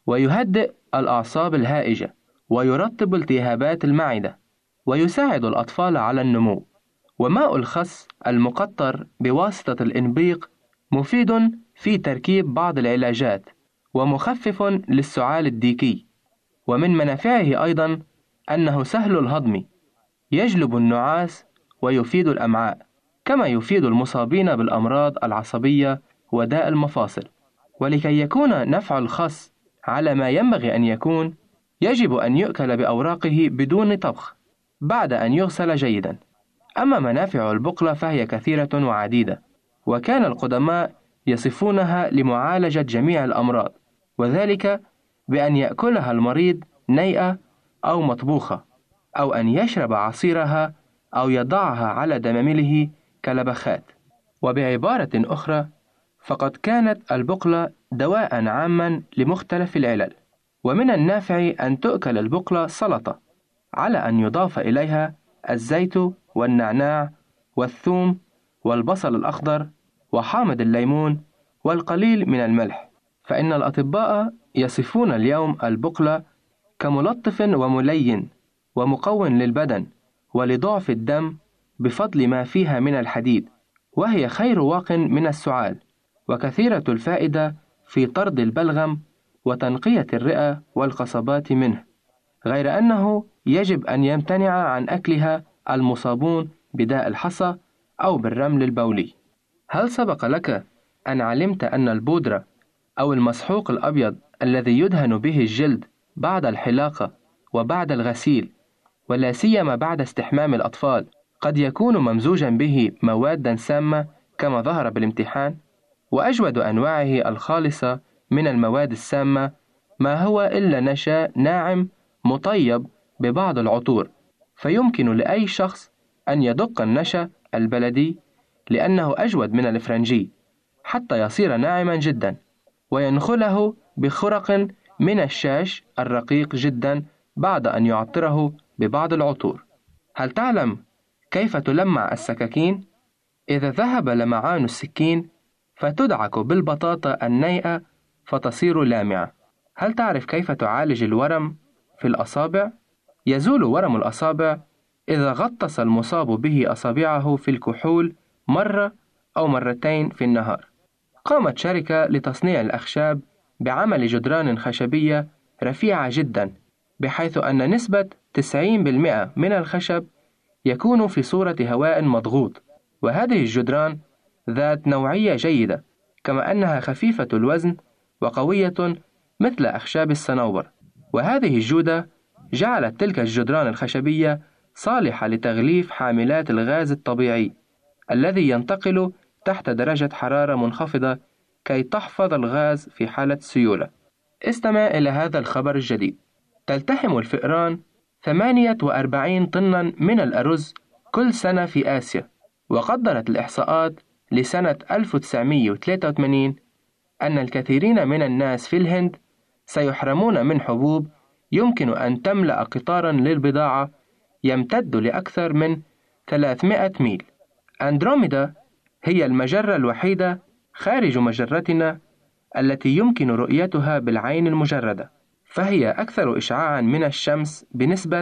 Speaker 9: ويهدئ الأعصاب الهائجة، ويرطب التهابات المعدة، ويساعد الأطفال على النمو. وماء الخس المقطر بواسطة الإنبيق مفيد في تركيب بعض العلاجات، ومخفف للسعال الديكي. ومن منافعه أيضا أنه سهل الهضم، يجلب النعاس ويفيد الأمعاء، كما يفيد المصابين بالأمراض العصبية وداء المفاصل. ولكي يكون نفع الخس على ما ينبغي أن يكون، يجب أن يؤكل بأوراقه بدون طبخ بعد أن يغسل جيدا. أما منافع البقلة فهي كثيرة وعديدة، وكان القدماء يصفونها لمعالجة جميع الأمراض، وذلك بأن يأكلها المريض نيئة أو مطبوخة، أو أن يشرب عصيرها أو يضعها على دمامله كلبخات. وبعبارة أخرى، فقد كانت البقلة دواء عاما لمختلف العلل. ومن النافع أن تؤكل البقلة سلطة، على أن يضاف إليها الزيت والنعناع والثوم والبصل الأخضر وحامض الليمون والقليل من الملح. فإن الأطباء يصفون اليوم البقلة كملطف وملين ومقوٍ للبدن ولضعف الدم بفضل ما فيها من الحديد، وهي خير واق من السعال، وكثيرة الفائدة في طرد البلغم وتنقية الرئة والقصبات منه، غير أنه يجب أن يمتنع عن أكلها المصابون بداء الحصى أو بالرمل البولي. هل سبق لك أن علمت أن البودرة أو المسحوق الأبيض الذي يدهن به الجلد بعد الحلاقة وبعد الغسيل، ولا سيما بعد استحمام الأطفال، قد يكون ممزوجا به مواد سامة كما ظهر بالامتحان؟ وأجود أنواعه الخالصة من المواد السامة ما هو إلا نشا ناعم مطيب ببعض العطور، فيمكن لأي شخص أن يدق النشا البلدي لأنه أجود من الفرنجي حتى يصير ناعما جدا، وينخله بخرق من الشاش الرقيق جدا بعد أن يعطره ببعض العطور. هل تعلم كيف تلمع السكاكين؟ إذا ذهب لمعان السكين فتدعك بالبطاطا النيئة فتصير لامعة. هل تعرف كيف تعالج الورم في الأصابع؟ يزول ورم الأصابع إذا غطس المصاب به أصابعه في الكحول مرة أو مرتين في النهار. قامت شركة لتصنيع الأخشاب بعمل جدران خشبية رفيعة جدا، بحيث أن نسبة تسعين بالمئة من الخشب يكون في صورة هواء مضغوط، وهذه الجدران ذات نوعية جيدة، كما أنها خفيفة الوزن وقوية مثل أخشاب الصنوبر. وهذه الجودة جعلت تلك الجدران الخشبية صالحة لتغليف حاملات الغاز الطبيعي الذي ينتقل تحت درجة حرارة منخفضة كي تحفظ الغاز في حالة سيولة. استمع إلى هذا الخبر الجديد. تلتحم الفئران ثمانية وأربعين طنا من الأرز كل سنة في آسيا، وقدرت الإحصاءات لسنة ألف وتسعمئة وثلاثة وثمانين أن الكثيرين من الناس في الهند سيحرمون من حبوب يمكن أن تملأ قطارا للبضاعة يمتد لأكثر من ثلاثمئة ميل. أندروميدا هي المجرة الوحيدة خارج مجرتنا التي يمكن رؤيتها بالعين المجردة، فهي أكثر إشعاعا من الشمس بنسبة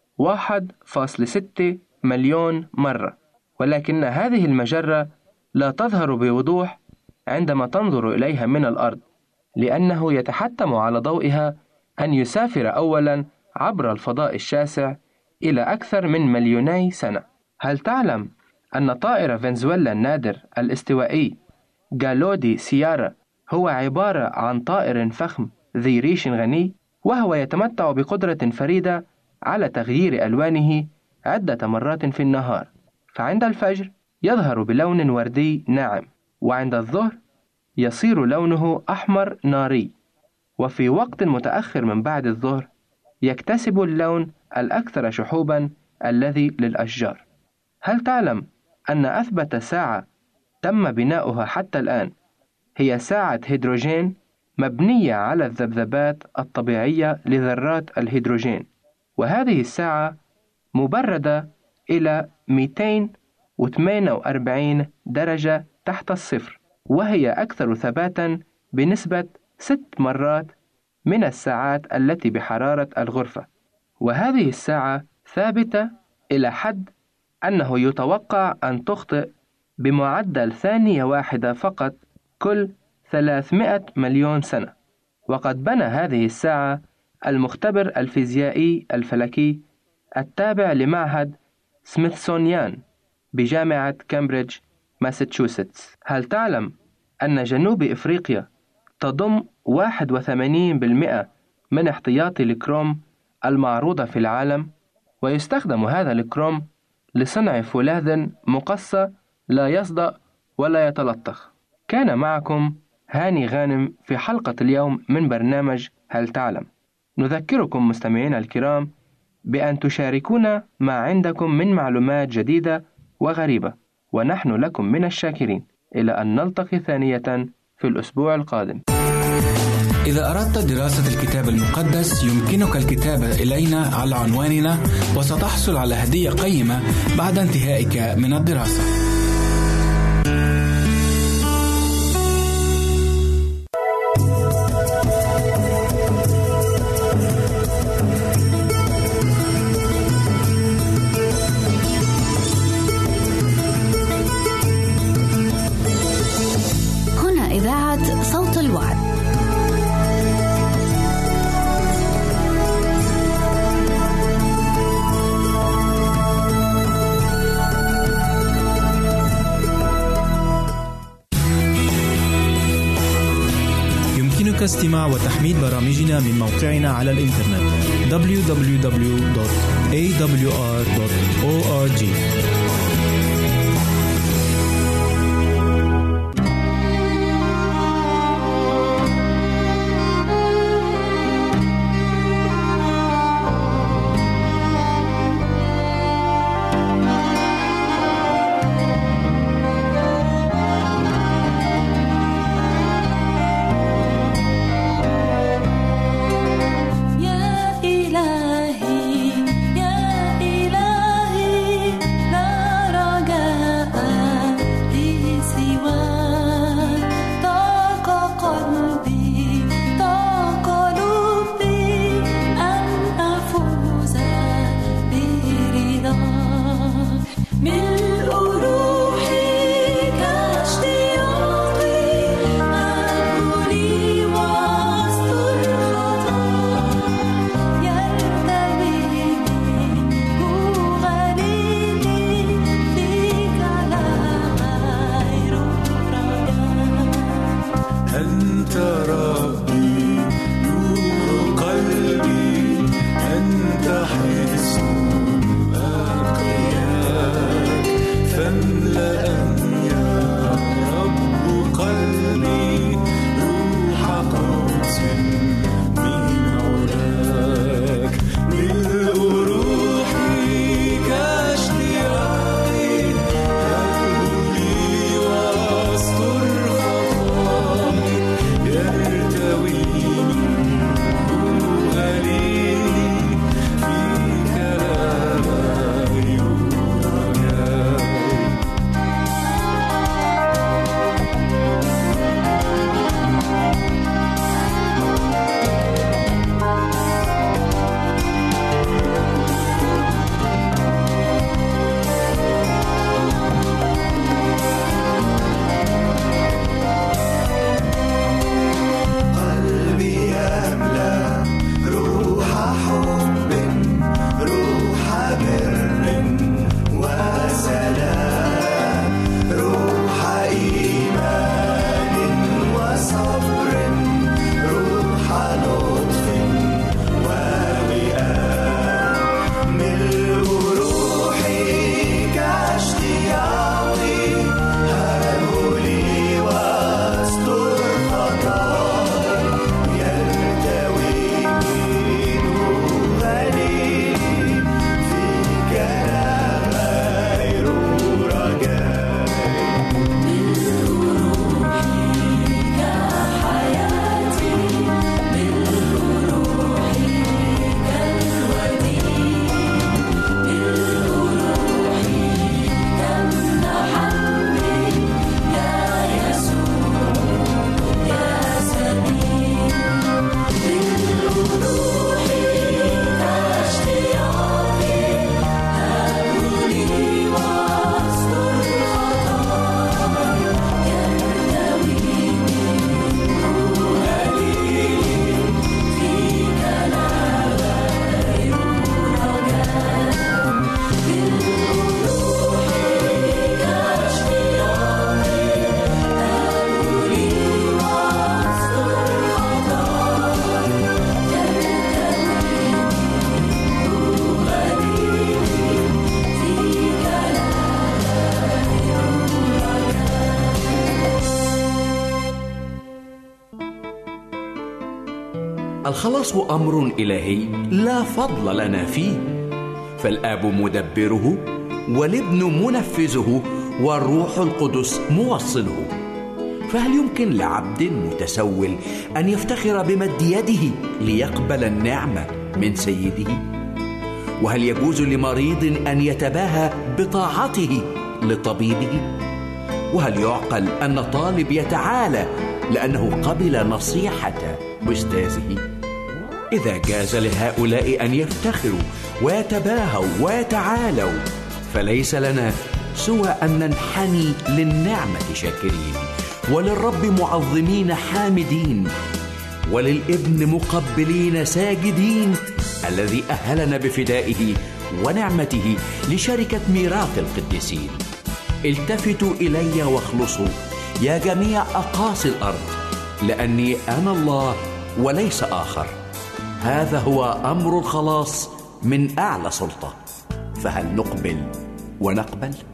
Speaker 9: واحد فاصلة ستة مليون مرة، ولكن هذه المجرة لا تظهر بوضوح عندما تنظر إليها من الأرض، لأنه يتحتم على ضوئها أن يسافر أولا عبر الفضاء الشاسع إلى أكثر من مليوني سنة. هل تعلم أن طائر فنزويلا النادر الاستوائي جالودي سيارا هو عبارة عن طائر فخم ذي ريش غني، وهو يتمتع بقدرة فريدة على تغيير ألوانه عدة مرات في النهار، فعند الفجر يظهر بلون وردي ناعم، وعند الظهر يصير لونه أحمر ناري، وفي وقت متأخر من بعد الظهر يكتسب اللون الأكثر شحوبا الذي للأشجار. هل تعلم أن أثبت ساعة تم بناؤها حتى الآن هي ساعة هيدروجين مبنية على الذبذبات الطبيعية لذرات الهيدروجين، وهذه الساعة مبردة إلى مئتين وثمانية وأربعين درجة تحت الصفر، وهي أكثر ثباتا بنسبة ست مرات من الساعات التي بحرارة الغرفة. وهذه الساعة ثابتة إلى حد أنه يتوقع أن تخطئ بمعدل ثانية واحدة فقط كل ثلاثمائة مليون سنة. وقد بنى هذه الساعة المختبر الفيزيائي الفلكي التابع لمعهد سميثسونيان بجامعة كامبريدج ماساتشوستس. هل تعلم أن جنوب إفريقيا تضم واحد وثمانين بالمئة من احتياطي الكروم المعروضة في العالم، ويستخدم هذا الكروم لصنع فولاذ مقصى لا يصدأ ولا يتلطخ. كان معكم هاني غانم في حلقة اليوم من برنامج هل تعلم. نذكركم مستمعينا الكرام بأن تشاركونا ما عندكم من معلومات جديدة وغريبة، ونحن لكم من الشاكرين. إلى أن نلتقي ثانية في الأسبوع القادم.
Speaker 1: إذا أردت دراسة الكتاب المقدس يمكنك الكتابة إلينا على عنواننا، وستحصل على هدية قيمة بعد انتهائك من الدراسة.
Speaker 10: هنا إذاعة صوت الوعد.
Speaker 7: يمكنك استماع وتحميل برامجنا من موقعنا على الإنترنت دبليو دبليو دبليو دوت إيه دبليو آر دوت أو آر جي.
Speaker 11: يا إلهي يا إلهي لا الخلاص أمر إلهي لا فضل لنا فيه، فالآب مدبره والابن منفذه والروح القدس موصله. فهل يمكن لعبد متسول أن يفتخر بمد يده ليقبل النعمة من سيده؟ وهل يجوز لمريض أن يتباهى بطاعته لطبيبه؟ وهل يعقل أن طالب يتعالى لأنه قبل نصيحة أستاذه؟ إذا جاز لهؤلاء أن يفتخروا ويتباهوا ويتعالوا، فليس لنا سوى أن ننحني للنعمة شاكرين، وللرب معظمين حامدين، وللابن مقبلين ساجدين، الذي أهلنا بفدائه ونعمته لشركة ميراث القديسين. التفتوا إلي واخلصوا يا جميع أقاصي الأرض، لأني أنا الله وليس آخر. هذا هو أمر الخلاص من أعلى سلطة، فهل نقبل ونقبل؟